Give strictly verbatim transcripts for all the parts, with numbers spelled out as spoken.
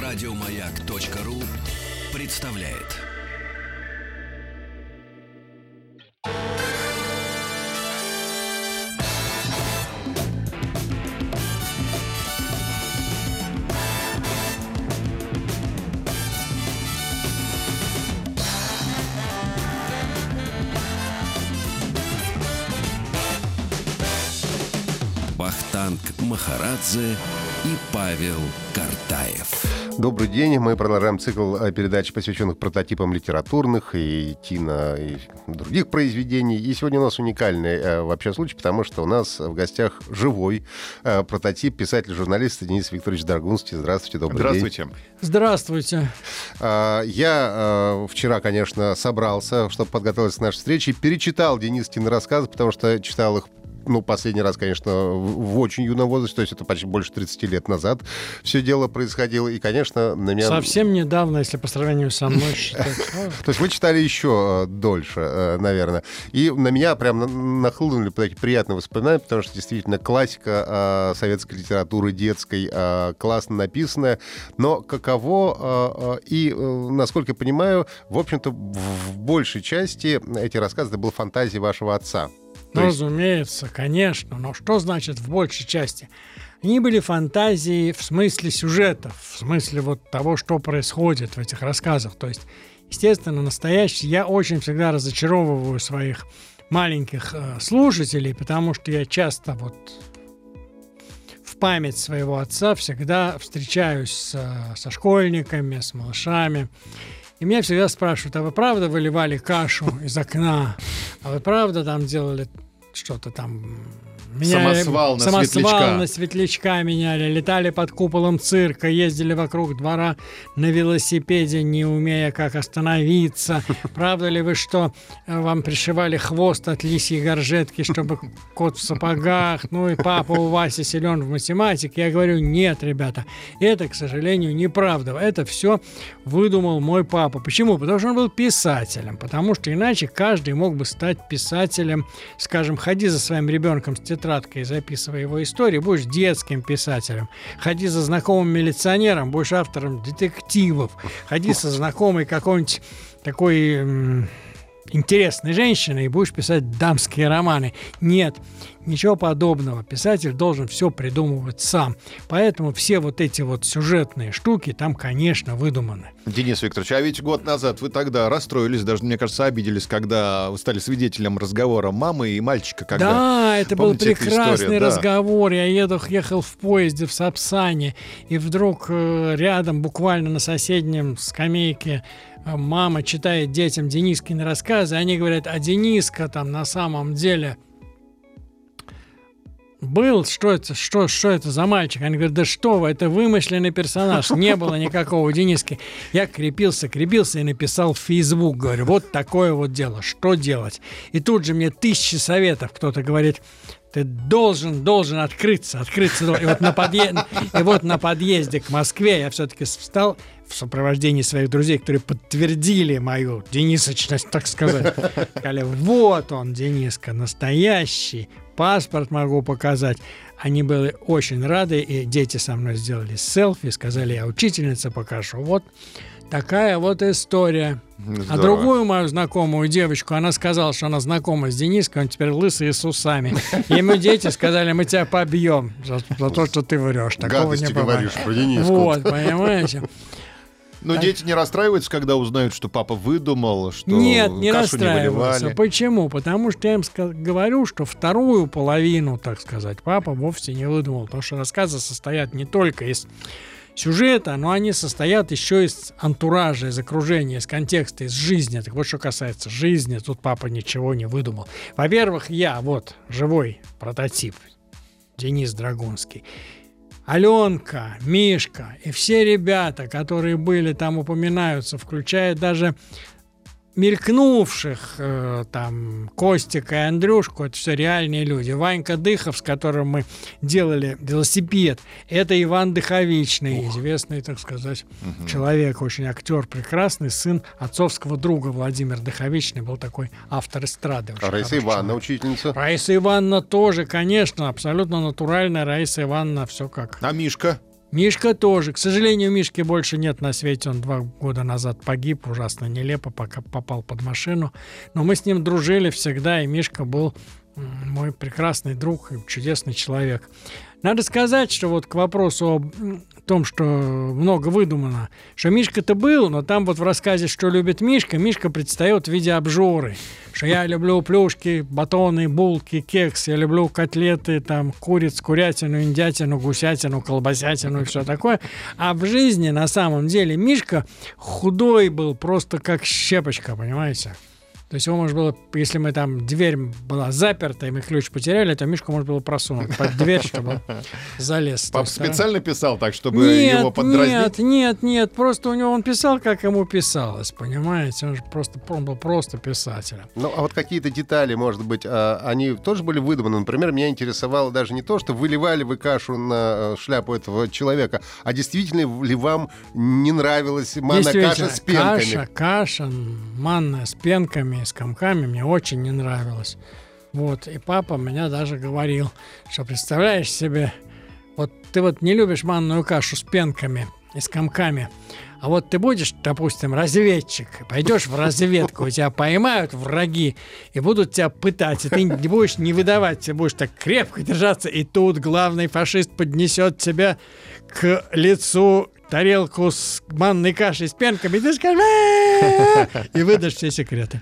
Радиомаяк.ру представляет. Вахтанг Махарадзе и Павел Картаев. Добрый день. Мы продолжаем цикл передач, посвященных прототипам литературных и кино, и других произведений. И сегодня у нас уникальный э, вообще случай, потому что у нас в гостях живой э, прототип писатель-журналист Денис Викторович Драгунский. Здравствуйте, добрый Здравствуйте. день. Здравствуйте. Э, я э, вчера, конечно, собрался, чтобы подготовиться к нашей встрече, перечитал Денискины рассказы, потому что читал их, ну, последний раз, конечно, в очень юном возрасте, то есть это почти больше тридцати лет назад все дело происходило, и, конечно, на меня... Совсем недавно, если по сравнению со мной считать. То есть вы читали еще дольше, наверное. И на меня прям нахлынули такие приятные воспоминания, потому что действительно классика советской литературы, детской, классно написанная, но каково, и, насколько я понимаю, в общем-то, в большей части эти рассказы это была фантазия вашего отца. Ну, есть... разумеется, конечно. Но что значит в большей части? Они были фантазии в смысле сюжетов, в смысле вот того, что происходит в этих рассказах. То есть, естественно, настоящий. Я очень всегда разочаровываю своих маленьких э, слушателей, потому что я часто вот в память своего отца всегда встречаюсь с, со школьниками, с малышами. И меня всегда спрашивают, а вы правда выливали кашу из окна? А вы правда там делали что-то там... Меняли, самосвал на самосвал светлячка. на светлячка меняли, летали под куполом цирка, ездили вокруг двора на велосипеде, не умея как остановиться. Правда ли вы, что вам пришивали хвост от лисьей горжетки, чтобы кот в сапогах? Ну и папа у Васи силен в математике. Я говорю, нет, ребята, это, к сожалению, неправда. Это все выдумал мой папа. Почему? Потому что он был писателем. Потому что иначе каждый мог бы стать писателем. Скажем, ходи за своим ребенком с тетрадкой, записывай его истории, будешь детским писателем. Ходи за знакомым милиционером, будешь автором детективов. Ходи со знакомой какой-нибудь такой м- интересной женщиной и будешь писать дамские романы. Нет, ничего подобного. Писатель должен все придумывать сам. Поэтому все вот эти вот сюжетные штуки там, конечно, выдуманы. Денис Викторович, а ведь год назад вы тогда расстроились, даже, мне кажется, обиделись, когда вы стали свидетелем разговора мамы и мальчика. Когда... Да, это был прекрасный историю, разговор. Да. Я еду, ехал в поезде в Сапсане, и вдруг э, рядом, буквально на соседнем скамейке, э, мама читает детям Денискины рассказы. Они говорят, а Дениска там на самом деле... был, что это, что, что это за мальчик? Они говорят, да что вы, это вымышленный персонаж, не было никакого Дениски. Я крепился, крепился и написал в Facebook, говорю, вот такое вот дело, что делать? И тут же мне тысячи советов, кто-то говорит, ты должен, должен открыться, открыться. И вот на, подъезд, и вот на подъезде к Москве я все-таки встал в сопровождении своих друзей, которые подтвердили мою денисочность, так сказать. Сказали, вот он, Дениска, настоящий, паспорт могу показать. Они были очень рады, и дети со мной сделали селфи, сказали, я учительница покажу. Вот такая вот история. Здорово. А другую мою знакомую девочку, она сказала, что она знакома с Дениской, он теперь лысый и с усами. Ему дети сказали, мы тебя побьем за, за то, что ты врешь. Такого гадости не бывает. Говоришь про Дениску. Вот, понимаете? Но так. Дети не расстраиваются, когда узнают, что папа выдумал, что Нет, не кашу не расстраиваются. выливали? Почему? Потому что я им ска- говорю, что вторую половину, так сказать, папа вовсе не выдумал. Потому что рассказы состоят не только из сюжета, но они состоят еще из антуража, из окружения, из контекста, из жизни. Так вот, что касается жизни, тут папа ничего не выдумал. Во-первых, я вот живой прототип, Денис Драгунский. Аленка, Мишка и все ребята, которые были там, упоминаются, включая даже мелькнувших, э, там, Костика и Андрюшку, это все реальные люди. Ванька Дыхов, с которым мы делали велосипед, это Иван Дыховичный, Ох. известный, так сказать, угу. человек, очень актер, прекрасный, сын отцовского друга Владимир Дыховичный, был такой автор эстрады. А Раиса Ивановна, учительница? Раиса Ивановна тоже, конечно, абсолютно натуральная Раиса Ивановна, все как. А Мишка? Мишка тоже. К сожалению, Мишки больше нет на свете. Он два года назад погиб, ужасно нелепо, пока попал под машину. Но мы с ним дружили всегда, и Мишка был мой прекрасный друг и чудесный человек. Надо сказать, что вот к вопросу о том, что много выдумано, что Мишка-то был, но там вот в рассказе «Что любит Мишка», Мишка предстает в виде обжоры, что я люблю плюшки, батоны, булки, кекс, я люблю котлеты, там, куриц, курятину, индятину, гусятину, колбасятину и все такое. А в жизни, на самом деле, Мишка худой был, просто как щепочка, понимаете? То есть его можно было, если мы там, дверь была заперта, и мы ключ потеряли, то Мишку можно было просунуть под дверь, чтобы залез. Пап специально писал так, чтобы нет, его подразнить? Нет, нет, нет, просто у него он писал, как ему писалось, понимаете? Он же просто, он был просто писателем. Ну, а вот какие-то детали, может быть, они тоже были выдуманы? Например, меня интересовало даже не то, что выливали вы кашу на шляпу этого человека, а действительно ли вам не нравилась манна каша с пенками? Каша, каша, манна с пенками, с комками мне очень не нравилось. Вот, и папа меня даже говорил, что представляешь себе, вот ты вот не любишь манную кашу с пенками и с комками, а вот ты будешь, допустим, разведчик, пойдешь в разведку, тебя поймают враги и будут тебя пытать, и ты не будешь не выдавать, ты будешь так крепко держаться, и тут главный фашист поднесет тебя к лицу тарелку с манной кашей с пенками, и ты скажешь, и выдашь все секреты.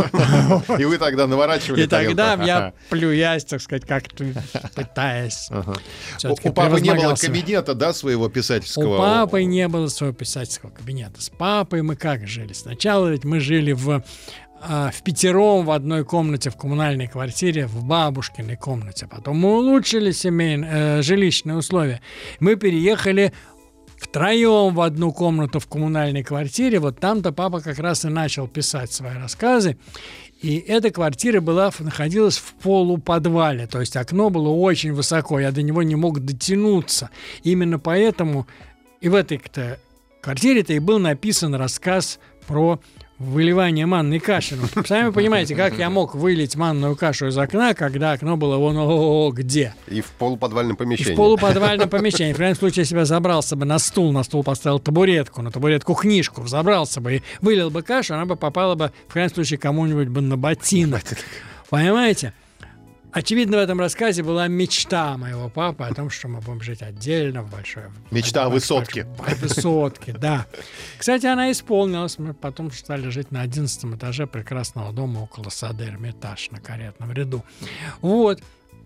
И вы тогда наворачивали И тогда я, плюясь, так сказать, как-то пытаясь. У папы не было кабинета, да, своего писательского? У папы не было своего писательского кабинета. С папой мы как жили? Сначала ведь мы жили в в пятером в одной комнате в коммунальной квартире, в бабушкиной комнате. Потом мы улучшили семейные, э, жилищные условия. Мы переехали втроем в одну комнату в коммунальной квартире. Вот там-то папа как раз и начал писать свои рассказы. И эта квартира была, находилась в полуподвале. То есть окно было очень высоко. Я до него не мог дотянуться. Именно поэтому и в этой-то квартире-то и был написан рассказ про выливание манной каши. Ну, сами понимаете, как я мог вылить манную кашу из окна, когда окно было вон о где. И в полуподвальном помещении. И в полуподвальном помещении. В крайнем случае, если бы я забрался бы на стул, на стул поставил табуретку, на табуретку книжку, взобрался бы и вылил бы кашу, она бы попала бы, в крайнем случае, кому-нибудь бы на ботинок. Понимаете? Очевидно, в этом рассказе была мечта моего папы о том, что мы будем жить отдельно в большой... Мечта о высотке. О высотке, да. Кстати, она исполнилась. Мы потом стали жить на одиннадцатом этаже прекрасного дома около сада Эрмитаж на Каретном ряду. Вот.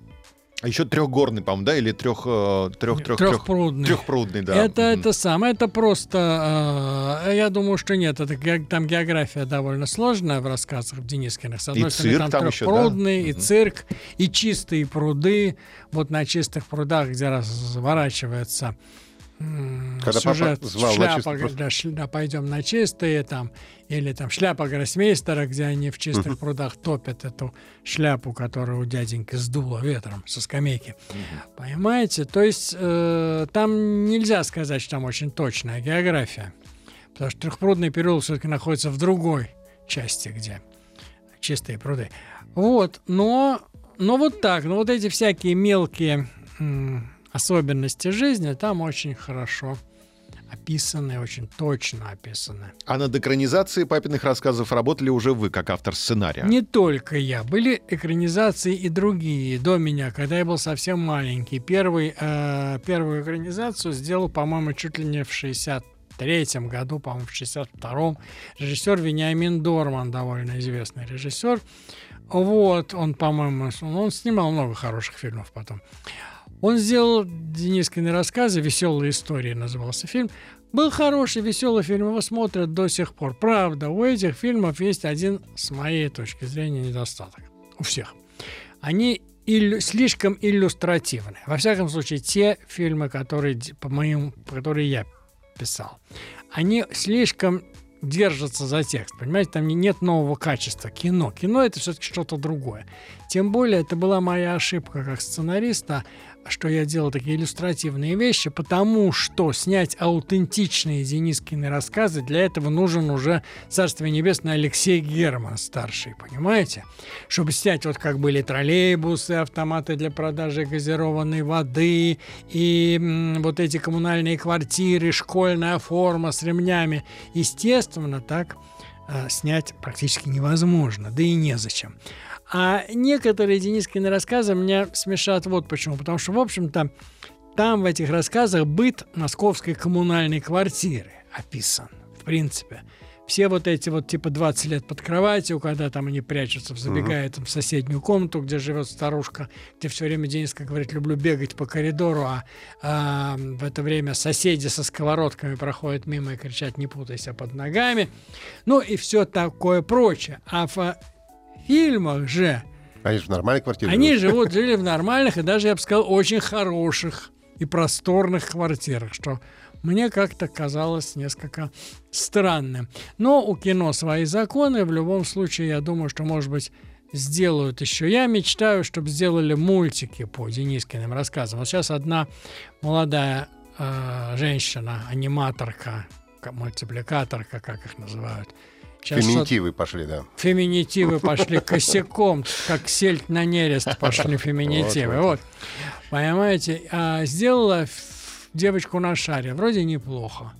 А еще трехгорный, по-моему, да? Или трех, трех, трех, трехпрудный. Трехпрудный, да. Это, mm-hmm. это самое, это просто, э, я думаю, что нет, это там география довольно сложная в рассказах Денискиных. С одной и стороны, цирк там, там трехпрудный, еще, да? и mm-hmm. цирк, и чистые пруды. Вот на чистых прудах, где разворачивается Когда сюжет, папа звал шляпа, на чистый, да, шля, пойдем на чистые, там, или там шляпа гроссмейстера, где они в чистых uh-huh. прудах топят эту шляпу, которую у дяденьки сдуло ветром со скамейки. Uh-huh. Понимаете? То есть э, там нельзя сказать, что там очень точная география, потому что трехпрудный переулок все-таки находится в другой части, где чистые пруды. Вот, но, но вот так, но вот эти всякие мелкие м- особенности жизни там очень хорошо описаны, очень точно описаны. А над экранизацией папиных рассказов работали уже вы, как автор сценария? Не только я. Были экранизации и другие до меня, когда я был совсем маленький. Первый, э, первую экранизацию сделал, по-моему, чуть ли не в шестьдесят третьем году, по-моему, в шестьдесят втором. Режиссер Вениамин Дорман, довольно известный режиссер. Вот, он, по-моему, он снимал много хороших фильмов потом. Он сделал Денискины рассказы, «Веселые истории» назывался фильм. Был хороший, веселый фильм, его смотрят до сих пор. Правда, у этих фильмов есть один, с моей точки зрения, недостаток. У всех. Они иллю- слишком иллюстративны. Во всяком случае, те фильмы, которые, по моим, которые я писал, они слишком держатся за текст. Понимаете, там нет нового качества кино. Кино — это все-таки что-то другое. Тем более, это была моя ошибка как сценариста что я делал такие иллюстративные вещи, потому что снять аутентичные Денискины рассказы, для этого нужен уже, Царствие Небесное, Алексей Герман старший, понимаете? Чтобы снять, вот как были троллейбусы, автоматы для продажи газированной воды и м, вот эти коммунальные квартиры, школьная форма с ремнями. Естественно, так э, снять практически невозможно, да и незачем. А некоторые Денискины рассказы меня смешат вот почему. Потому что, в общем-то, там в этих рассказах быт московской коммунальной квартиры описан. В принципе, все вот эти вот типа двадцать лет под кроватью, когда там они прячутся, забегают там, в соседнюю комнату, где живет старушка, где все время Дениска говорит: люблю бегать по коридору, а, а в это время соседи со сковородками проходят мимо и кричат: не путайся под ногами. Ну и все такое прочее. А в фильмах же Они же в нормальной квартире они живут. живут, жили в нормальных и даже, я бы сказал, очень хороших и просторных квартирах, что мне как-то казалось несколько странным. Но у кино свои законы. В любом случае, я думаю, что, может быть, сделают еще. Я мечтаю, чтобы сделали мультики по Денискиным рассказам. Вот сейчас одна молодая э, женщина, аниматорка, мультипликаторка, как их называют. Сейчас Феминитивы пошли, да. Феминитивы пошли косяком, как сельдь на нерест пошли феминитивы. Вот, понимаете, а сделала девочку на шаре. Вроде неплохо.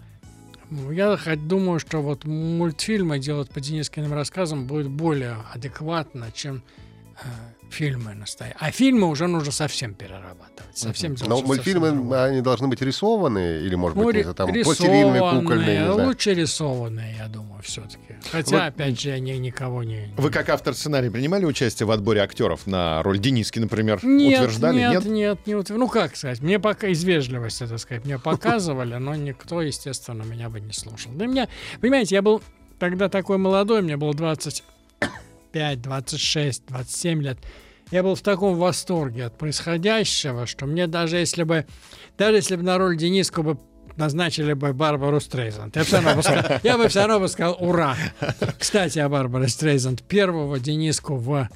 Я хоть думаю, что вот мультфильмы делать по Денискиным рассказам будет более адекватно, чем э, фильмы настоящие. А фильмы уже нужно совсем перерабатывать. Совсем Но мультфильмы, совсем они должны быть рисованные или, может ну, быть, это там пластилиновые, рисованные, кукольные, не знаю. лучше рисованные, я думаю, все-таки. Хотя, Вы- опять же, они никого не... Вы как автор сценария принимали участие в отборе актеров на роль Дениски, например? Нет, Утверждали? нет, нет, не утверждали. Ну, как сказать, мне пока из вежливости, так сказать, мне показывали, но никто, естественно, меня бы не слушал. Да меня, понимаете, я был тогда такой молодой, мне было двадцать пять, двадцать шесть, двадцать семь лет. Я был в таком восторге от происходящего, что мне даже если бы, даже если бы на роль Дениску бы назначили бы Барбару Стрейзанд, я бы все равно бы сказал, я бы все равно бы сказал «Ура!». Кстати, о Барбаре Стрейзанд. Первого Дениску в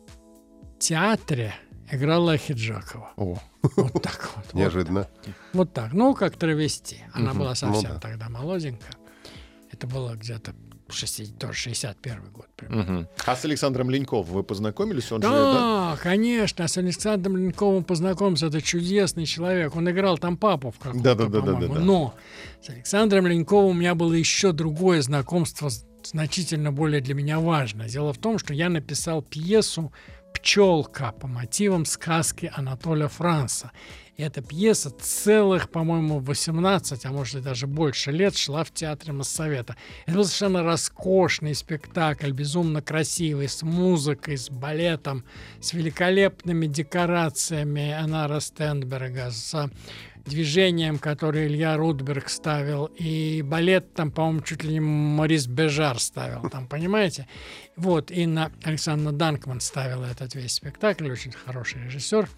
театре играла Хиджакова. О. Вот так вот. Неожиданно. Вот, вот так. Ну, как травести. Она Мгм. была совсем Ну да. тогда молоденькая. Это было где-то шестьдесят, тоже шестьдесят первый год примерно. Мгм. А с Александром Леньковым вы познакомились? Он Да, же, да? конечно, с Александром Леньковым познакомился. Это чудесный человек. Он играл там папу в каком-то, Да-да-да-да-да-да. по-моему. Но с Александром Леньковым у меня было еще другое знакомство, значительно более для меня важное. Дело в том, что я написал пьесу «Пчелка» по мотивам сказки Анатолия Франса. И эта пьеса целых, по-моему, восемнадцать, а может и даже больше лет шла в театре Моссовета. Это был совершенно роскошный спектакль, безумно красивый, с музыкой, с балетом, с великолепными декорациями Анара Стенберга, с движением, которое Илья Рудберг ставил, и балет там, по-моему, чуть ли не Морис Бежар ставил, там, понимаете? Вот, Инна Александровна Данкман ставила этот весь спектакль, очень хороший режиссер.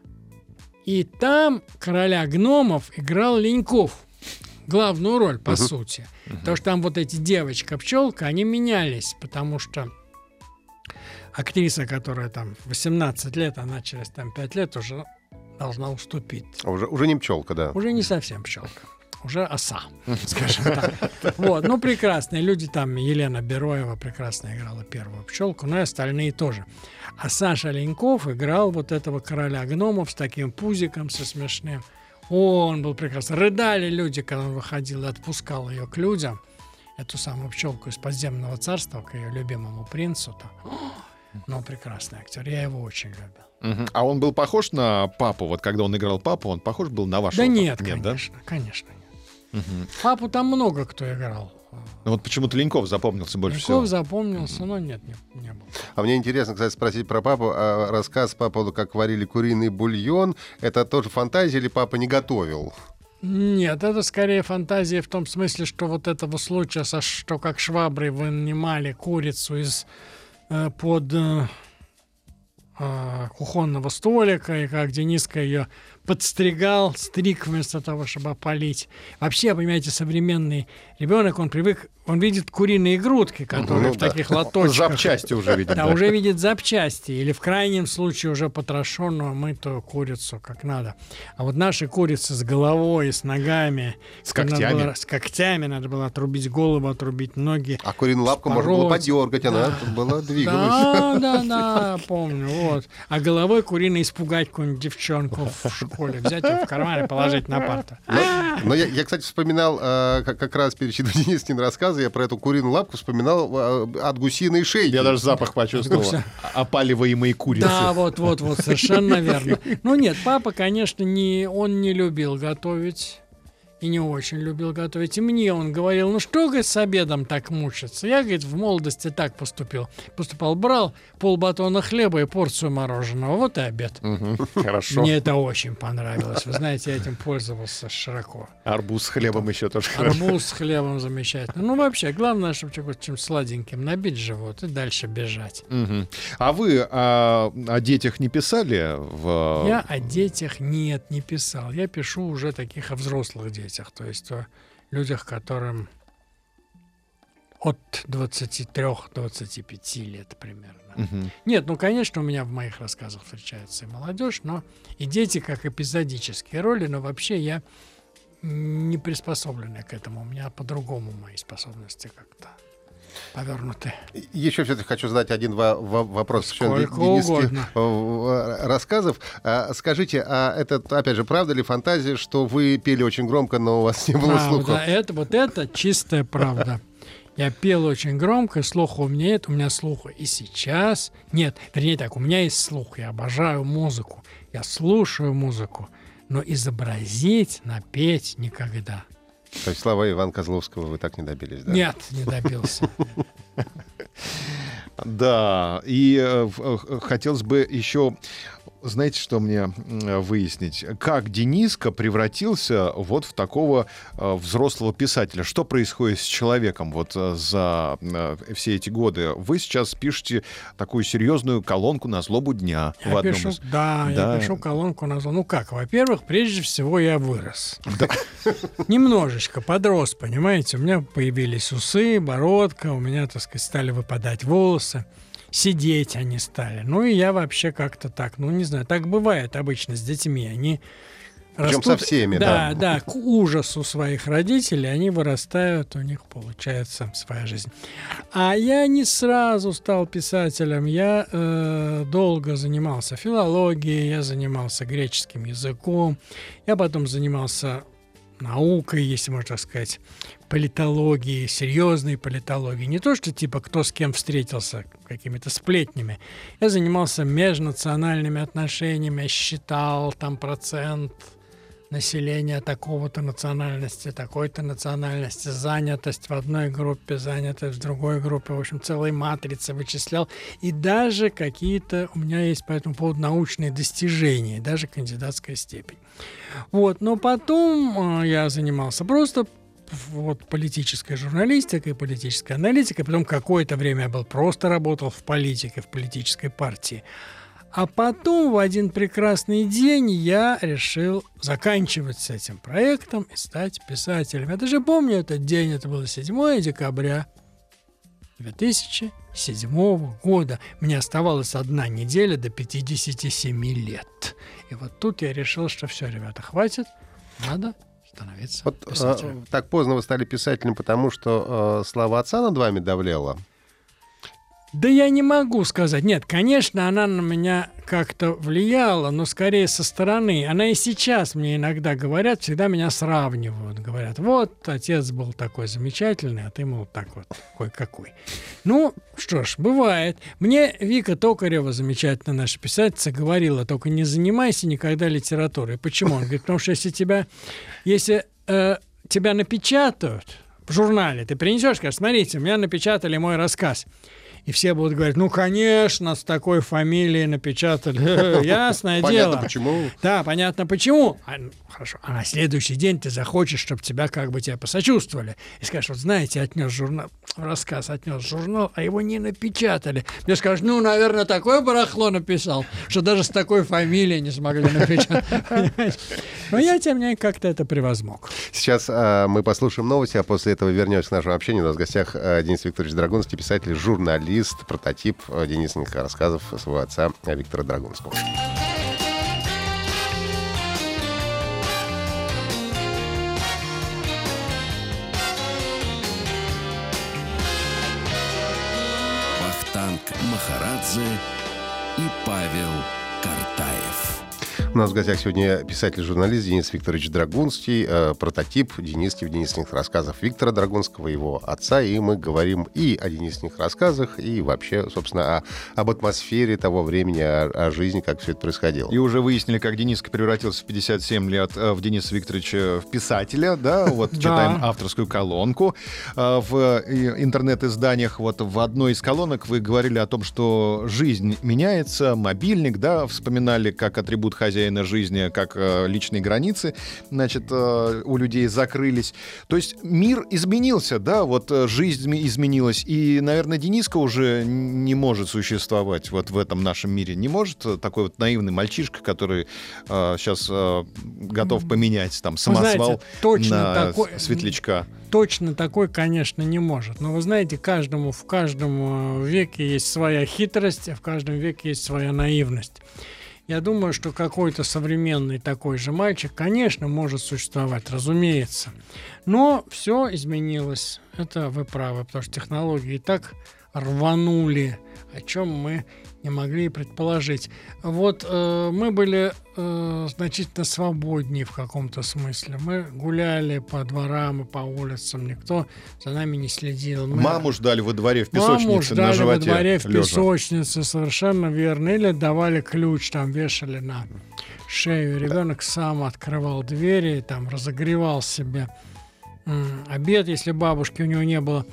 И там короля гномов играл Леньков. Главную роль, по uh-huh. сути. Uh-huh. Потому что там вот эти девочка-пчелка, они менялись, потому что актриса, которая там восемнадцать лет, она через там пять лет уже должна уступить. Уже, уже не пчелка, да. Уже не совсем пчелка. Уже оса, скажем так. Вот, ну, прекрасные люди там. Елена Бероева прекрасно играла первую пчелку, но и остальные тоже. А Саша Леньков играл вот этого короля гномов с таким пузиком, со смешным. Он был прекрасный. Рыдали люди, когда он выходил и отпускал ее к людям. Эту самую пчелку из подземного царства к ее любимому принцу. Ну, прекрасный актер. Я его очень любил. Угу. А он был похож на папу? Вот когда он играл папу, он похож был на вашего? Да нет, папу? Нет, конечно, да? конечно. Угу. Папу там много кто играл. Ну вот почему-то Леньков запомнился больше Леньков всего. запомнился, но нет, не, не было. А мне интересно, кстати, спросить про папу. А рассказ по поводу, как варили куриный бульон, это тоже фантазия или папа не готовил? Нет, это скорее фантазия в том смысле, что вот этого случая, со, что как шваброй вынимали курицу из э, под э, э, кухонного столика, и как Дениска ее подстригал, стриг вместо того, чтобы опалить. Вообще, понимаете, современный ребенок, он привык Он видит куриные грудки, которые Ну в да. таких лоточках. Запчасти уже видят. Да, да. уже видит запчасти. Или в крайнем случае уже потрошенную, мытую курицу, как надо. А вот наши курицы с головой, с ногами. С надо когтями. было- с когтями. Надо было отрубить голову, отрубить ноги. А куриную лапку можно было Пороть. подергать, она была двигалась. Да, да, да, помню, вот. А головой куриной испугать какую-нибудь девчонку в школе, взять ее в карман и положить на парту. Но я, я, кстати, вспоминал, э, как, как раз перечитывая Денискины рассказы, я про эту куриную лапку вспоминал э, от гусиной шейки. Я даже запах почувствовал. Гуся. Опаливаемые курицы. Да, вот, вот, вот, совершенно верно. Ну нет, папа, конечно, не, он не любил готовить. И не очень любил готовить. И мне он говорил, ну что, говорит, с обедом так мучиться? Я, говорит, в молодости так поступил. Поступал, брал полбатона хлеба и порцию мороженого. Вот и обед. Мгм, Хорошо. Мне это очень понравилось. Вы знаете, я этим пользовался широко. Арбуз с хлебом еще тоже хорошо. Арбуз с хлебом замечательно. Ну, вообще, главное, чтобы чем сладеньким набить живот и дальше бежать. Мгм. А вы а, о детях не писали? В... Я о детях нет, не писал. Я пишу уже таких о взрослых детях. То есть о людях, которым от двадцати трёх до двадцати пяти лет примерно. Мгм. Нет, ну, конечно, у меня в моих рассказах встречается и молодежь, но и дети как эпизодические роли, но вообще я не приспособленный к этому. У меня по-другому мои способности как-то повернуты. Еще все-таки хочу задать один-два во- вопрос. Сколько Дениске, угодно. э, э, рассказов. А, скажите, а это, опять же, правда ли фантазия, что вы пели очень громко, но у вас не было слуха? Правда, это, вот это чистая правда. Я пел очень громко, слуха у меня нет, у меня слуха и сейчас нет. Вернее так, у меня есть слух, я обожаю музыку, я слушаю музыку, но изобразить, напеть никогда. То есть слова Ивана Козловского вы так не добились, да? Нет, не добился. Да, и э, в- э, хотелось бы еще, знаете, что мне м, выяснить? Как Дениска превратился вот в такого э, взрослого писателя? Что происходит с человеком вот э, за э, все эти годы? Вы сейчас пишете такую серьезную колонку «На злобу дня» в Я одном пишу, из... да, Да. я пишу колонку на зло. Ну как, во-первых, прежде всего я вырос. Немножечко подрос, понимаете? У меня появились усы, бородка, у меня, так сказать, стали выпадать волосы. Сидеть они стали. Ну и я вообще как-то так, ну не знаю, так бывает обычно с детьми. Они Причем со всеми, да. Да, да, к ужасу своих родителей они вырастают, у них получается своя жизнь. А я не сразу стал писателем. Я э, долго занимался филологией, я занимался греческим языком, я потом занимался наукой, если можно так сказать, политологией, серьезной политологией. Не то, что типа кто с кем встретился, какими-то сплетнями. Я занимался межнациональными отношениями, считал там процент населения такого-то национальности, такой-то национальности, занятость в одной группе, занятость в другой группе, в общем, целые матрицы вычислял. И даже какие-то у меня есть по этому поводу научные достижения, даже кандидатская степень. Вот, но потом э, я занимался просто вот, политической журналистикой, политической аналитикой, потом какое-то время я был просто работал в политике, в политической партии. А потом в один прекрасный день я решил заканчивать с этим проектом и стать писателем. Я даже помню этот день, это было седьмое декабря две тысячи седьмого года. Мне оставалась одна неделя до пятидесяти семи лет. И вот тут я решил, что все, ребята, хватит, надо становиться Вот писателем. э, так поздно вы стали писателем, потому что э, слава отца над вами давлела. Да я не могу сказать. Нет, конечно, она на меня как-то влияла, но скорее со стороны. Она и сейчас мне иногда говорят, всегда меня сравнивают. Говорят, вот, отец был такой замечательный, а ты, мол, так вот, кой-какой. Ну, что ж, бывает. Мне Вика Токарева, замечательная наша писательница, говорила, только не занимайся никогда литературой. Почему? Он говорит, потому что если тебя, если, э, тебя напечатают в журнале, ты принесешь, скажешь, смотрите, меня напечатали мой рассказ. и все будут говорить, ну, конечно, с такой фамилией напечатали. Ясное дело. Понятно, почему. Да, понятно, почему. А, ну, хорошо. А на следующий день ты захочешь, чтобы тебя как бы тебя посочувствовали. И скажешь, вот знаете, отнес журнал, рассказ отнес журнал, а его не напечатали. Мне скажешь, ну, наверное, такое барахло написал, что даже с такой фамилией не смогли напечатать. Но я, тем не менее, как-то это превозмог. Сейчас э, мы послушаем новости, а после этого вернемся к нашему общению. У нас в гостях э, Денис Викторович Драгунский, писатель, журналист, прототип э, Денисовых рассказов своего отца э, Виктора Драгунского. Вахтанг Махарадзе и Павел Картаев. У нас в гостях сегодня писатель-журналист Денис Викторович Драгунский, э, прототип Дениски в Денисовых рассказах Виктора Драгунского, его отца. И мы говорим и о Денисовых рассказах, и вообще, собственно, о, об атмосфере того времени, о, о жизни, как все это происходило. И уже выяснили, как Дениска превратился в пятьдесят семь лет э, в Дениса Викторовича в писателя, да, вот читаем авторскую колонку. Э, в э, интернет-изданиях вот в одной из колонок вы говорили о том, что жизнь меняется, мобильник, да, вспоминали как атрибут хозяина жизни, как э, личные границы, значит, э, у людей закрылись. То есть мир изменился, да, вот э, жизнь изменилась, и, наверное, Дениска уже не может существовать вот в этом нашем мире. Не может э, такой вот наивный мальчишка, который э, сейчас э, готов поменять там самосвал, знаете, точно на такой, светлячка. Точно такой, конечно, не может. Но вы знаете, каждому в каждом веке есть своя хитрость, а в каждом веке есть своя наивность. Я думаю, что какой-то современный такой же мальчик, конечно, может существовать, разумеется. Но все изменилось. Это вы правы, потому что технологии так рванули, о чем мы не могли и предположить. Вот э, мы были э, значительно свободнее в каком-то смысле. Мы гуляли по дворам и по улицам, никто за нами не следил. Мы... Маму ждали во дворе в песочнице Маму ждали на животе во дворе в лежа. песочнице, совершенно верно. Или давали ключ, там вешали на шею. Ребенок сам открывал двери, там разогревал себе м, обед, если бабушки у него не было.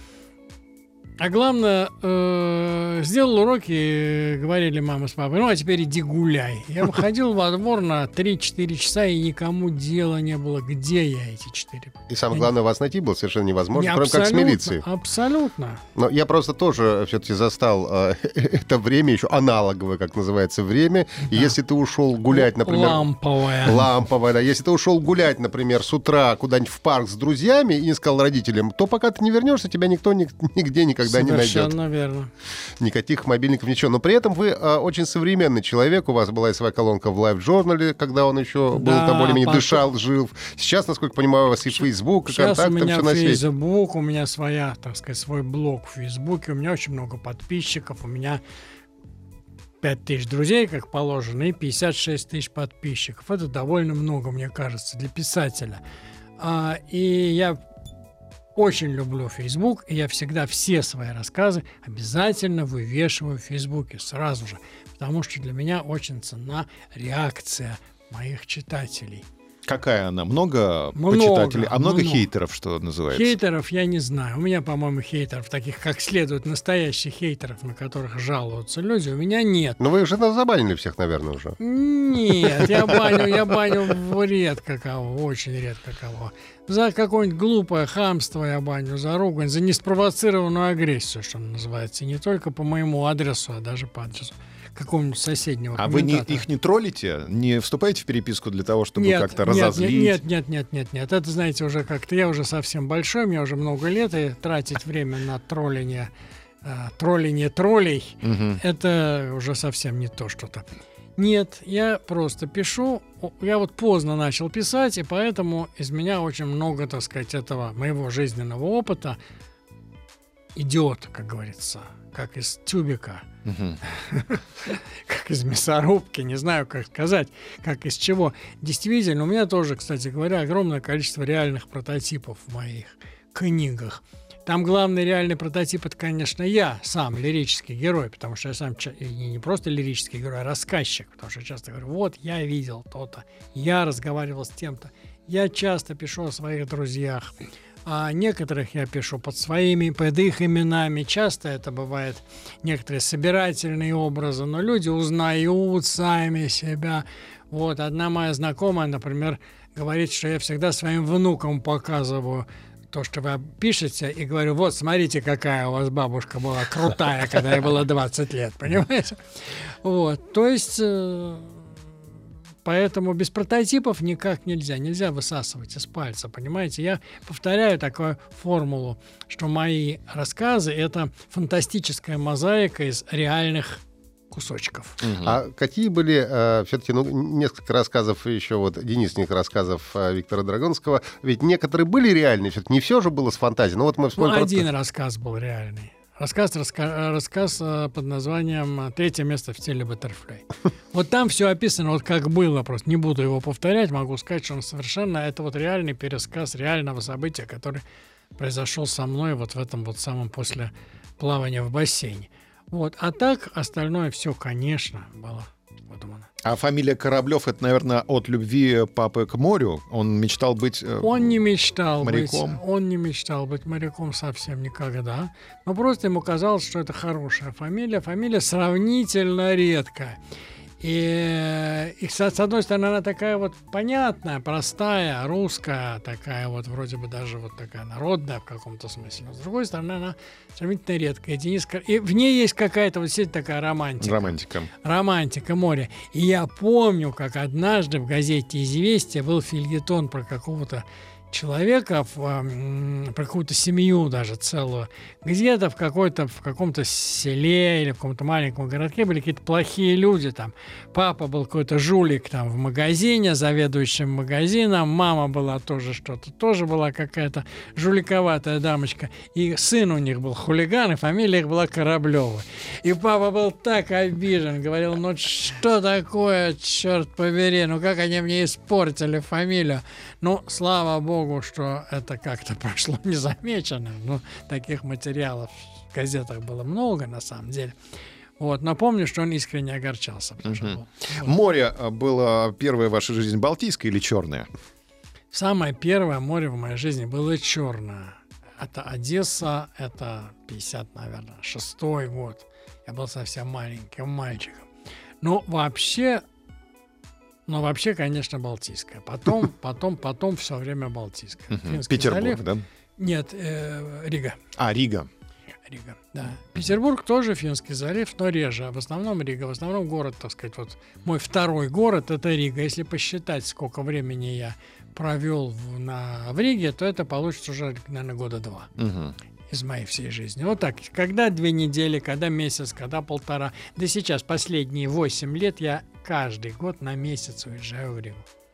А главное, э, сделал уроки, и говорили мама с папой, ну а теперь иди гуляй. Я выходил во двор на три-четыре часа, и никому дела не было, где я эти четыре. И самое главное, вас найти было совершенно невозможно, Не, кроме как с милицией. Абсолютно. Но я просто тоже все-таки застал э, это время, еще аналоговое, как называется, время. И Да. если ты ушел гулять, например... Ламповая. Ламповая, да. Если ты ушел гулять, например, с утра куда-нибудь в парк с друзьями и не сказал родителям, то пока ты не вернешься, тебя никто ни- нигде никогда не найдет. Совершенно верно. Никаких мобильников, ничего. Но при этом вы э, очень современный человек. У вас была и своя колонка в Live-журнале, когда он еще был, Да, там более-менее потом... дышал, жил. Сейчас, насколько понимаю, у вас и Facebook, и Сейчас контакт, у там меня все на свете. Facebook, у меня своя, так сказать, свой блог в Фейсбуке, у меня очень много подписчиков, у меня пять тысяч друзей, как положено, и пятьдесят шесть тысяч подписчиков. Это довольно много, мне кажется, для писателя. А, и я очень люблю Facebook, и я всегда все свои рассказы обязательно вывешиваю в Фейсбуке сразу же, потому что для меня очень ценна реакция моих читателей. Какая она? Много, Много, почитателей, а много, много. хейтеров, что называется? Хейтеров я не знаю. У меня, по-моему, хейтеров, таких как следует, настоящих хейтеров, на которых жалуются люди, у меня нет. Ну, вы уже забанили всех, наверное, уже. Нет, я баню, я баню редко кого, очень редко кого. За какое-нибудь глупое хамство я баню, за ругань, за неспровоцированную агрессию, что называется. И не только по моему адресу, а даже по адресу какого-нибудь соседнего А вы не, комментатора. их не троллите? Не вступаете в переписку для того, чтобы Нет, как-то нет, разозлить? Нет, нет, нет, нет, нет. Это, знаете, уже как-то я уже совсем большой, мне уже много лет, и тратить время на троллинг, э, троллинг троллей, Мгм. это уже совсем не то что-то. Нет, я просто пишу. Я вот поздно начал писать, и поэтому из меня очень много, так сказать, этого моего жизненного опыта идет, как говорится, как из тюбика. Мгм. Как из мясорубки, не знаю, как сказать, как из чего. Действительно, у меня тоже, кстати говоря, огромное количество реальных прототипов в моих книгах. Там главный реальный прототип — это, конечно, я, сам, лирический герой, потому что я сам ча- и не просто лирический герой, а рассказчик, потому что я часто говорю, вот, я видел то-то, я разговаривал с тем-то. Я часто пишу о своих друзьях, а некоторых я пишу под своими, под их именами. Часто это бывает некоторые собирательные образы, но люди узнают сами себя. Вот, одна моя знакомая, например, говорит, что я всегда своим внукам показываю то, что вы пишете, и говорю, вот, смотрите, какая у вас бабушка была крутая, когда ей было двадцать лет, понимаете? Вот, то есть, э, поэтому без прототипов никак нельзя, нельзя высасывать из пальца, понимаете? Я повторяю такую формулу, что мои рассказы — это фантастическая мозаика из реальных кусочков. Угу. А какие были э, все-таки ну, несколько рассказов еще вот Денисных рассказов э, Виктора Драгунского? Ведь некоторые были реальные, все-таки не все же было с фантазией. Ну вот мы вспомним. Ну, один про... рассказ был реальный. Рассказ, раска... рассказ э, под названием «Третье место в теле Баттерфляй». Вот там все описано, вот как было, просто не буду его повторять, могу сказать, что он совершенно, это вот реальный пересказ реального события, который произошел со мной вот в этом вот самом после плавания в бассейне. Вот. А так остальное все, конечно, было выдумано. А фамилия Кораблев — это, наверное, от любви папы к морю? Он мечтал быть э, Он не мечтал моряком? быть, он не мечтал быть моряком совсем никогда. Но просто ему казалось, что это хорошая фамилия. Фамилия сравнительно редкая. И, и с одной стороны, она такая вот понятная, простая, русская, такая вот вроде бы даже вот такая народная в каком-то смысле. Но с другой стороны, она сравнительно редкая. Дениска, и в ней есть какая-то вот действительно такая романтика. Романтика. Романтика, море. И я помню, как однажды в газете «Известия» был фельетон про какого-то человека, в, э, про какую-то семью даже целую, где-то в, какой-то, в каком-то селе или в каком-то маленьком городке были какие-то плохие люди там. Папа был какой-то жулик там в магазине, заведующим магазином, мама была тоже что-то, тоже была какая-то жуликоватая дамочка, и сын у них был хулиган, и фамилия их была Кораблёва. И папа был так обижен, говорил, ну что такое, черт побери, ну как они мне испортили фамилию. Ну, слава богу, что это как-то прошло незамеченным. Ну, таких материалов в газетах было много, на самом деле. Вот, напомню, что он искренне огорчался. Потому что был, вот. Море было первое в вашей жизни Балтийское или черное? Самое первое море в моей жизни было черное. Это Одесса, это пятьдесят, наверное, шестой год. Я был совсем маленьким мальчиком. Но вообще... Но вообще, конечно, Балтийская. Потом, потом, потом все время Балтийская. Петербург, залив. Да? Нет, э, Рига. А, Рига. Рига, да. Петербург тоже Финский залив, но реже. А в основном Рига. В основном город, так сказать, вот мой второй город — это Рига. Если посчитать, сколько времени я провел в, на, в Риге, то это получится уже, наверное, года два. Угу. Из моей всей жизни. Вот так. Когда две недели, когда месяц, когда полтора. Да сейчас, последние восемь лет, я каждый год на месяц уезжаю в Ригу.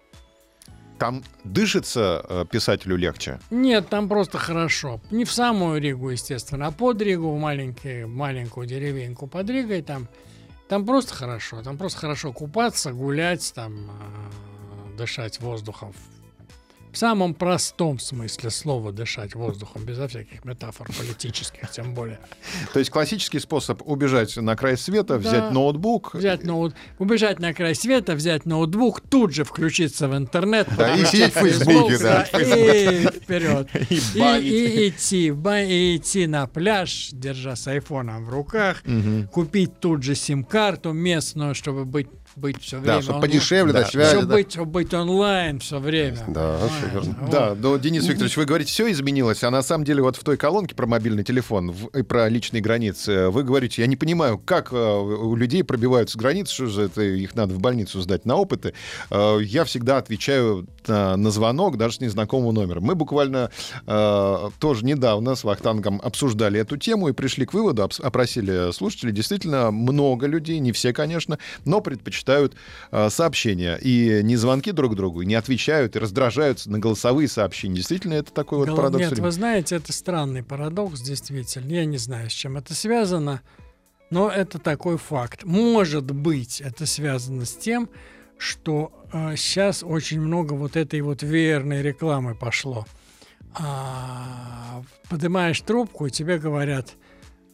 Там дышится э, писателю легче? Нет, там просто хорошо. Не в самую Ригу, естественно, а под Ригу, в маленький, маленькую деревеньку под Ригой. Там, там просто хорошо. Там просто хорошо купаться, гулять, там, э, дышать воздухом. В самом простом смысле слова дышать воздухом, безо всяких метафор политических, тем более. То есть классический способ убежать на край света, Да. взять ноутбук. Взять ноут... Убежать на край света, взять ноутбук, тут же включиться в интернет. Да, и сидеть в Фейсбуке, да. И вперед. И И, банить. и идти, ба- и идти на пляж, держа с айфоном в руках, Мгм. купить тут же сим-карту местную, чтобы быть, быть все время Да, чтобы онлайн. подешевле, Да. до связи. Чтобы да. быть, чтобы быть онлайн все время. Да, Понимаешь? всё верно. Вот. Да, но, Денис Викторович, вы говорите, все изменилось, а на самом деле вот в той колонке про мобильный телефон в- и про личные границы вы говорите, я не понимаю, как э, у людей пробиваются границы, что же это, их надо в больницу сдать на опыты. Э, Я всегда отвечаю на, на звонок, даже с незнакомого номера. Мы буквально э, тоже недавно с Вахтангом обсуждали эту тему и пришли к выводу, обс- опросили слушателей, действительно много людей, не все, конечно, но предпочитают э, сообщения. И не звонки друг другу, не отвечают, и раздражаются на голосовые сообщения. Действительно, это такой вот Гол- парадокс. Нет, времени. вы знаете, это странный парадокс, действительно. Я не знаю, с чем это связано, но это такой факт. Может быть, это связано с тем, что э, сейчас очень много вот этой вот веерной рекламы пошло. А, поднимаешь трубку, и тебе говорят: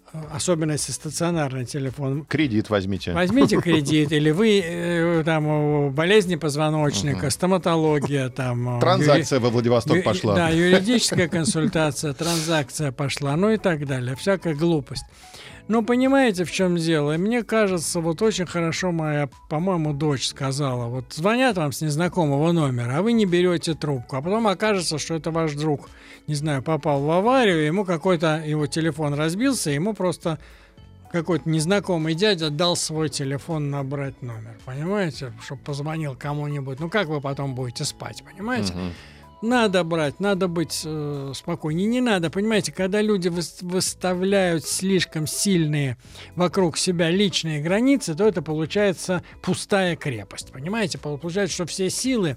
особенно если стационарный телефон. Кредит возьмите. Возьмите кредит, или вы э, там болезни позвоночника, угу. стоматология, там... Транзакция юри... во Владивосток ю... пошла. Да, юридическая консультация, транзакция пошла, ну и так далее. Всякая глупость. Но понимаете, в чем дело? Мне кажется, вот очень хорошо моя, по-моему, дочь сказала, вот звонят вам с незнакомого номера, а вы не берете трубку, а потом окажется, что это ваш друг, не знаю, попал в аварию, ему какой-то, его телефон разбился, ему просто какой-то незнакомый дядя дал свой телефон набрать номер, понимаете, чтобы позвонил кому-нибудь. Ну как вы потом будете спать, понимаете? Uh-huh. Надо брать, надо быть э, спокойнее. Не надо, понимаете, когда люди выставляют слишком сильные вокруг себя личные границы, то это получается пустая крепость. Понимаете, получается, что все силы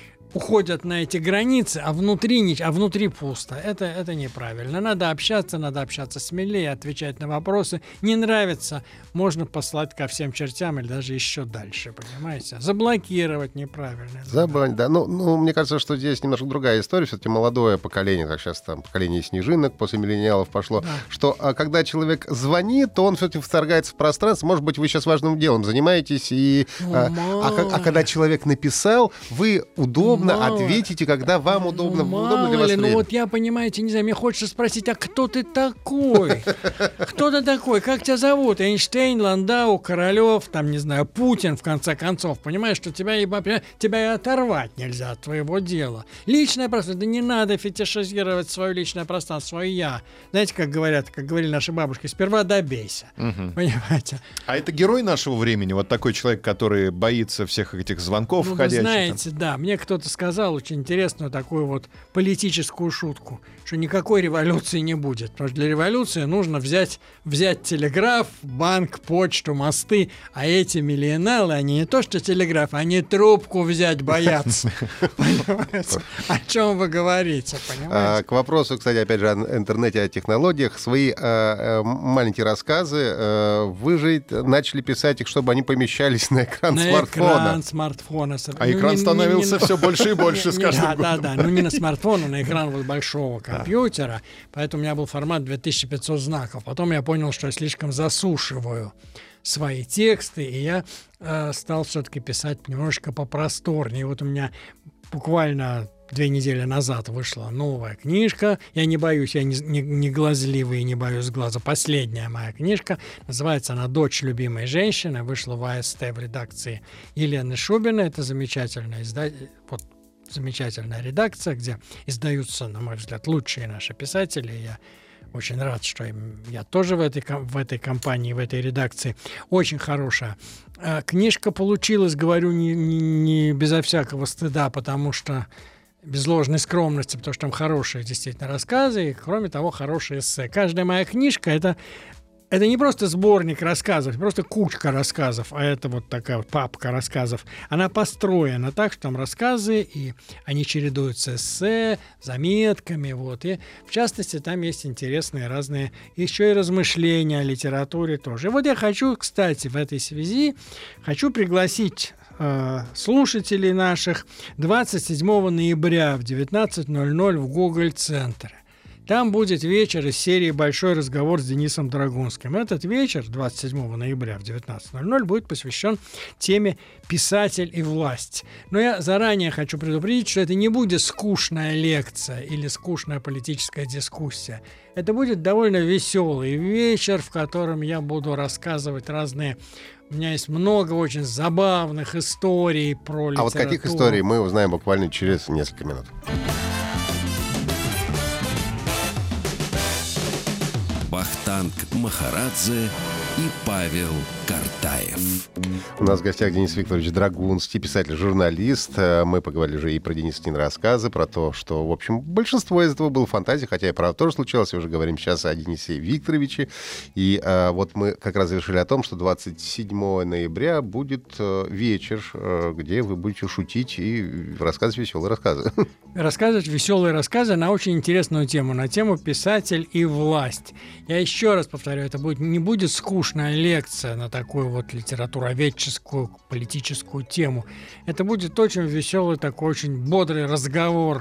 уходят на эти границы, а внутри, а внутри пусто. Это, это неправильно. Надо общаться, надо общаться смелее, отвечать на вопросы. Не нравится, можно послать ко всем чертям или даже еще дальше, понимаете? Заблокировать неправильно. Заблокировать, да. Ну, ну, мне кажется, что здесь немножко другая история. Все-таки молодое поколение, как сейчас там поколение снежинок после миллениалов пошло, да. что а, когда человек звонит, то он все-таки вторгается в пространство. Может быть, вы сейчас важным делом занимаетесь, и, а, а, а когда человек написал, вы удобно Мало. ответите, когда вам удобно, ну, удобно для вас ли, время. Ну вот я, понимаете, не знаю, мне хочется спросить, а кто ты такой? Кто ты такой? Как тебя зовут? Эйнштейн, Ландау, Королёв, там, не знаю, Путин, в конце концов. Понимаешь, что тебя, тебя и оторвать нельзя от твоего дела. Личное пространство. Да не надо фетишизировать свое личное пространство, свое я. Знаете, как говорят, как говорили наши бабушки, сперва добейся. Угу. Понимаете? А это герой нашего времени? Вот такой человек, который боится всех этих звонков ну, входящих? Вы знаете, там. да. Мне кто-то сказал очень интересную такую вот политическую шутку, что никакой революции не будет. Потому что для революции нужно взять, взять телеграф, банк, почту, мосты. А эти миллионалы, они не то что телеграф, они трубку взять боятся. Понимаете? О чем вы говорите, понимаете? К вопросу, кстати, опять же, о интернете, о технологиях. Свои маленькие рассказы вы же начали писать их, чтобы они помещались на экран смартфона. На экран смартфона. А экран становился все больше и больше с каждым годом. Да, да, да. Ну не на смартфон, а на экран вот большого компьютера. Поэтому у меня был формат две тысячи пятьсот знаков. Потом я понял, что я слишком засушиваю свои тексты, и я э, стал все-таки писать немножечко попросторнее. Вот у меня буквально две недели назад вышла новая книжка. Я не боюсь, я не, не, не глазливый и не боюсь глаза. Последняя моя книжка. Называется она «Дочь любимой женщины». Вышла в АСТ в редакции Елены Шубиной. Это замечательное издание. Вот, замечательная редакция, где издаются, на мой взгляд, лучшие наши писатели. Я очень рад, что я тоже в этой, в этой компании, в этой редакции. Очень хорошая. Книжка получилась, говорю, не, не, не безо всякого стыда, потому что без ложной скромности, потому что там хорошие действительно рассказы и, кроме того, хорошие эссе. Каждая моя книжка — это Это не просто сборник рассказов, просто кучка рассказов, а это вот такая вот папка рассказов. Она построена так, что там рассказы, и они чередуются эссе, заметками, вот. И, в частности, там есть интересные разные еще и размышления о литературе тоже. И вот я хочу, кстати, в этой связи, хочу пригласить э, слушателей наших двадцать седьмого ноября в девятнадцать ноль ноль в Гоголь-центре. Там будет вечер из серии «Большой разговор с Денисом Драгунским». Этот вечер, двадцать седьмого ноября в девятнадцать ноль ноль, будет посвящен теме «Писатель и власть». Но я заранее хочу предупредить, что это не будет скучная лекция или скучная политическая дискуссия. Это будет довольно веселый вечер, в котором я буду рассказывать разные... У меня есть много очень забавных историй про литературу. А вот каких историй мы узнаем буквально через несколько минут. Вахтанг Махарадзе и Павел Картаев. У нас в гостях Денис Викторович Драгунский, писатель-журналист. Мы поговорили уже и про Денисовские рассказы, про то, что, в общем, большинство из этого было фантазия, хотя и правда тоже случилось. И уже говорим сейчас о Денисе Викторовиче. И а, вот мы как раз решили о том, что двадцать седьмого ноября будет а, вечер, а, где вы будете шутить и рассказывать веселые рассказы. Рассказывать веселые рассказы на очень интересную тему, на тему «Писатель и власть». Я еще раз повторю, это будет, не будет скучная лекция на такую вот литературоведческую, политическую тему. Это будет очень веселый, такой очень бодрый разговор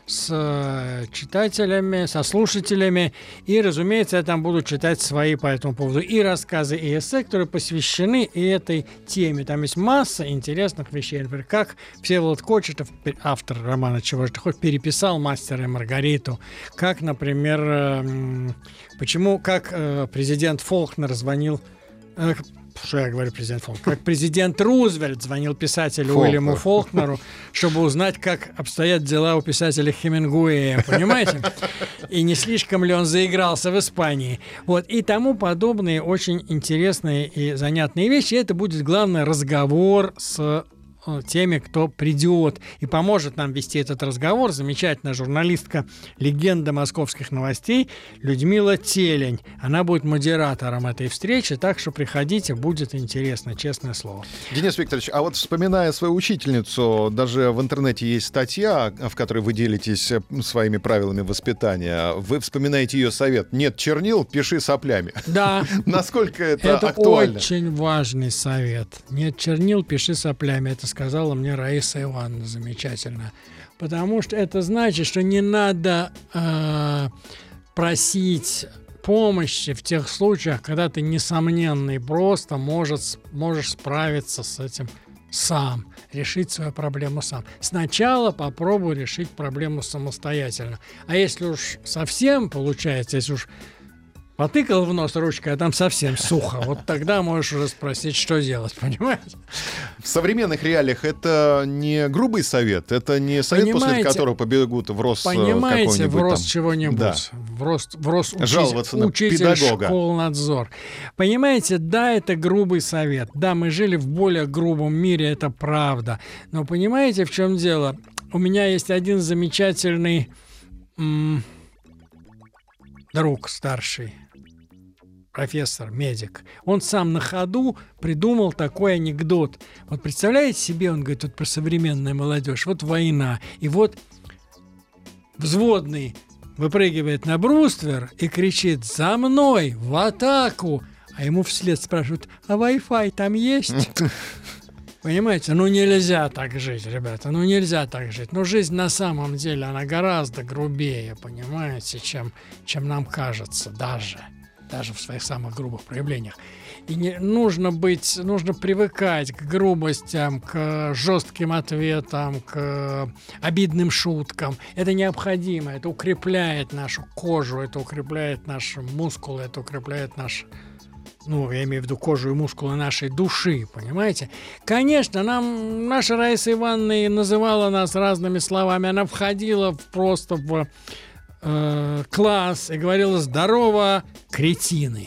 с э, читателями, со слушателями. И, разумеется, я там буду читать свои по этому поводу и рассказы, и эссе, которые посвящены и этой теме. Там есть масса интересных вещей. Например, как Всеволод Кочетов, автор романа «Чего же ты хочешь», переписал «Мастера и Маргариту». Как, например, э, почему, как э, президент Фолкнер звонил... Э, Что я говорю, президент Фолкнер? Как президент Рузвельт звонил писателю Фолкнер. Уильяму Фолкнеру, чтобы узнать, как обстоят дела у писателя Хемингуэя, понимаете? И не слишком ли он заигрался в Испании. Вот, и тому подобные очень интересные и занятные вещи. Это будет, главное, разговор с теми, кто придет и поможет нам вести этот разговор. Замечательная журналистка, легенда московских новостей Людмила Телень. Она будет модератором этой встречи, так что приходите, будет интересно, честное слово. Денис Викторович, а вот вспоминая свою учительницу, даже в интернете есть статья, в которой вы делитесь своими правилами воспитания. Вы вспоминаете ее совет: нет чернил, пиши соплями. Да. Насколько это, Это актуально? очень важный совет. Нет чернил, пиши соплями. Это сказала мне Раиса Ивановна замечательно. Потому что это значит, что не надо э, просить помощи в тех случаях, когда ты несомненно и просто может, можешь справиться с этим сам, решить свою проблему сам. Сначала попробуй решить проблему самостоятельно. А если уж совсем получается, если уж потыкал в нос ручкой, а там совсем сухо. Вот тогда можешь уже спросить, что делать, понимаете? В современных реалиях это не грубый совет, это не совет, Понимаете, после которого побегут в рост Понимаете, какой-нибудь в рост там. чего-нибудь. Да. В рост, в рост учи- Жаловаться на учитель, педагога. школнадзор. Понимаете, да, это грубый совет. Да, мы жили в более грубом мире, это правда. Но понимаете, в чем дело? У меня есть один замечательный м- друг старший, профессор, медик. Он сам на ходу придумал такой анекдот. Вот представляете себе, он говорит, вот про современную молодежь, вот война, и вот взводный выпрыгивает на бруствер и кричит: «За мной, в атаку!» А ему вслед спрашивают: «А Wi-Fi там есть?» Понимаете, ну нельзя так жить, ребята, ну нельзя так жить. Но жизнь на самом деле, она гораздо грубее, понимаете, чем, чем нам кажется даже. даже в своих самых грубых проявлениях. И не, нужно быть, нужно привыкать к грубостям, к жестким ответам, к обидным шуткам. Это необходимо, это укрепляет нашу кожу, это укрепляет наши мускулы, это укрепляет наш, ну, я имею в виду кожу и мускулы нашей души, понимаете? Конечно, нам наша Раиса Ивановна называла нас разными словами, она входила в, просто в класс и говорила: «Здорово, кретины».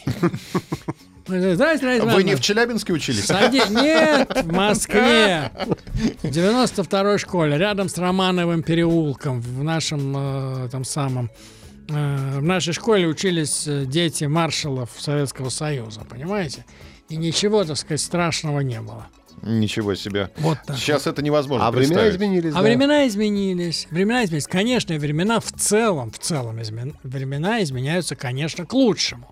Знаете, Вы не в Челябинске учились? Сади... Нет, в Москве. В девяносто второй школе, рядом с Романовым переулком, в нашем э, там самом... Э, в нашей школе учились дети маршалов Советского Союза, понимаете? И ничего, так сказать, страшного не было. Ничего себе. Вот так. Сейчас это невозможно А времена представить. изменились, А да. времена изменились. Времена изменились. Конечно, времена в целом, в целом измен... времена изменяются, конечно, к лучшему.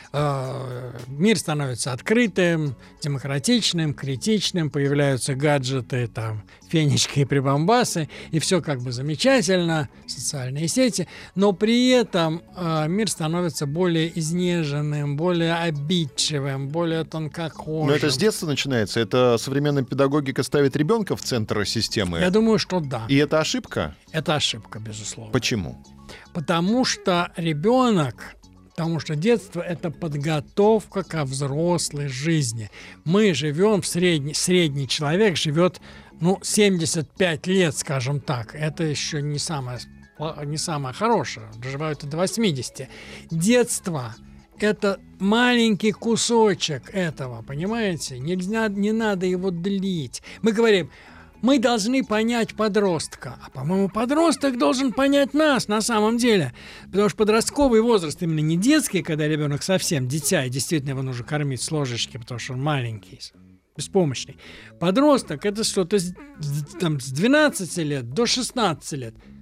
Мир становится открытым, демократичным, критичным, появляются гаджеты, там, фенечки и прибамбасы, и все как бы замечательно, социальные сети, но при этом э, мир становится более изнеженным, более обидчивым, более тонкокожим. Но это с детства начинается? Это современная педагогика ставит ребенка в центр системы? Я думаю, что да. И это ошибка? Это ошибка, безусловно. Почему? Потому что ребенок... Потому что детство – это подготовка ко взрослой жизни. Мы живем в средний, средний человек живет, ну, семьдесят пять лет, скажем так. Это еще не самое, не самое хорошее. Доживают и до восьмидесяти. Детство – это маленький кусочек этого, понимаете? Нельзя, не надо его длить. Мы говорим: мы должны понять подростка. А, по-моему, подросток должен понять нас на самом деле. Потому что подростковый возраст именно не детский, когда ребенок совсем дитя, и действительно его нужно кормить с ложечки, потому что он маленький, беспомощный. Подросток — это что-то с, там, с двенадцати лет до шестнадцати лет.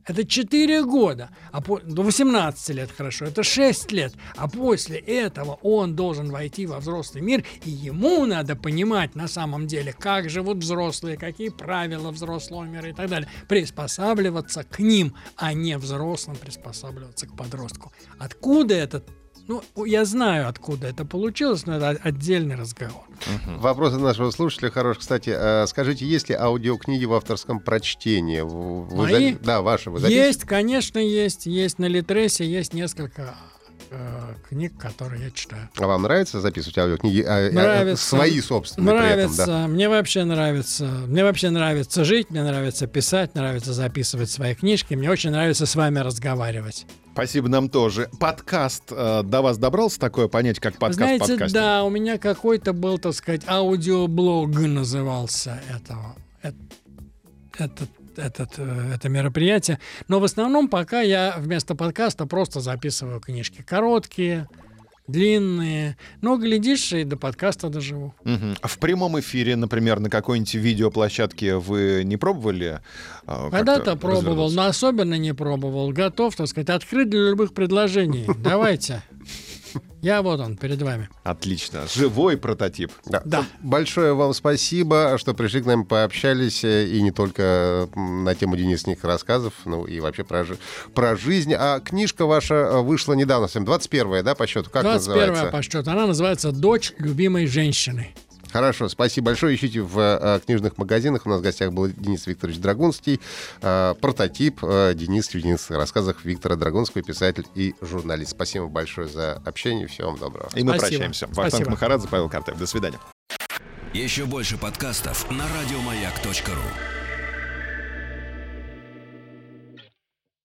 Это четыре года, а по... до восемнадцати лет хорошо, это шесть лет. А после этого он должен войти во взрослый мир, и ему надо понимать на самом деле, как живут взрослые, какие правила взрослого мира и так далее. Приспосабливаться к ним, а не взрослым приспосабливаться к подростку. Откуда этот? Ну, я знаю, откуда это получилось, но это отдельный разговор. Uh-huh. Вопрос от нашего слушателя хороший. Кстати, скажите, есть ли аудиокниги в авторском прочтении? Вы Мои? За... Да, ваши. Вы есть, конечно, есть. Есть на Литресе, есть несколько э, книг, которые я читаю. А вам нравится записывать аудиокниги? Нравится. Свои собственные Нравится. при этом, да? Мне вообще нравится. Мне вообще нравится жить, мне нравится писать, нравится записывать свои книжки. Мне очень нравится с вами разговаривать. Спасибо, нам тоже. Подкаст э, до вас добрался такое понятие, как подкаст Знаете, подкастинг? да, у меня какой-то был, так сказать, аудиоблог назывался этого, этот, этот, это мероприятие. Но в основном пока я вместо подкаста просто записываю книжки. Короткие, длинные. Но, глядишь, и до подкаста доживу. Угу. А в прямом эфире, например, на какой-нибудь видеоплощадке вы не пробовали? Э, Когда-то пробовал, но особенно не пробовал. Готов, так сказать, открыт для любых предложений. Давайте. Я вот он, перед вами. Отлично. Живой прототип. Да. Да. Большое вам спасибо, что пришли к нам, пообщались, и не только на тему Денисовых рассказов, ну и вообще про, про жизнь. А книжка ваша вышла недавно, двадцать первая, да, по счету? Как двадцать первая называется? по счету. Она называется «Дочь любимой женщины». Хорошо, спасибо большое. Ищите в э, книжных магазинах. У нас в гостях был Денис Викторович Драгунский, э, прототип э, Денис в Денисовых рассказах Виктора Драгунского, писатель и журналист. Спасибо большое за общение. Всего вам доброго. И мы Спасибо. прощаемся. Вахтанг Махарадзе, Павел Картаев. До свидания. Еще больше подкастов на радиомаяк точка ру.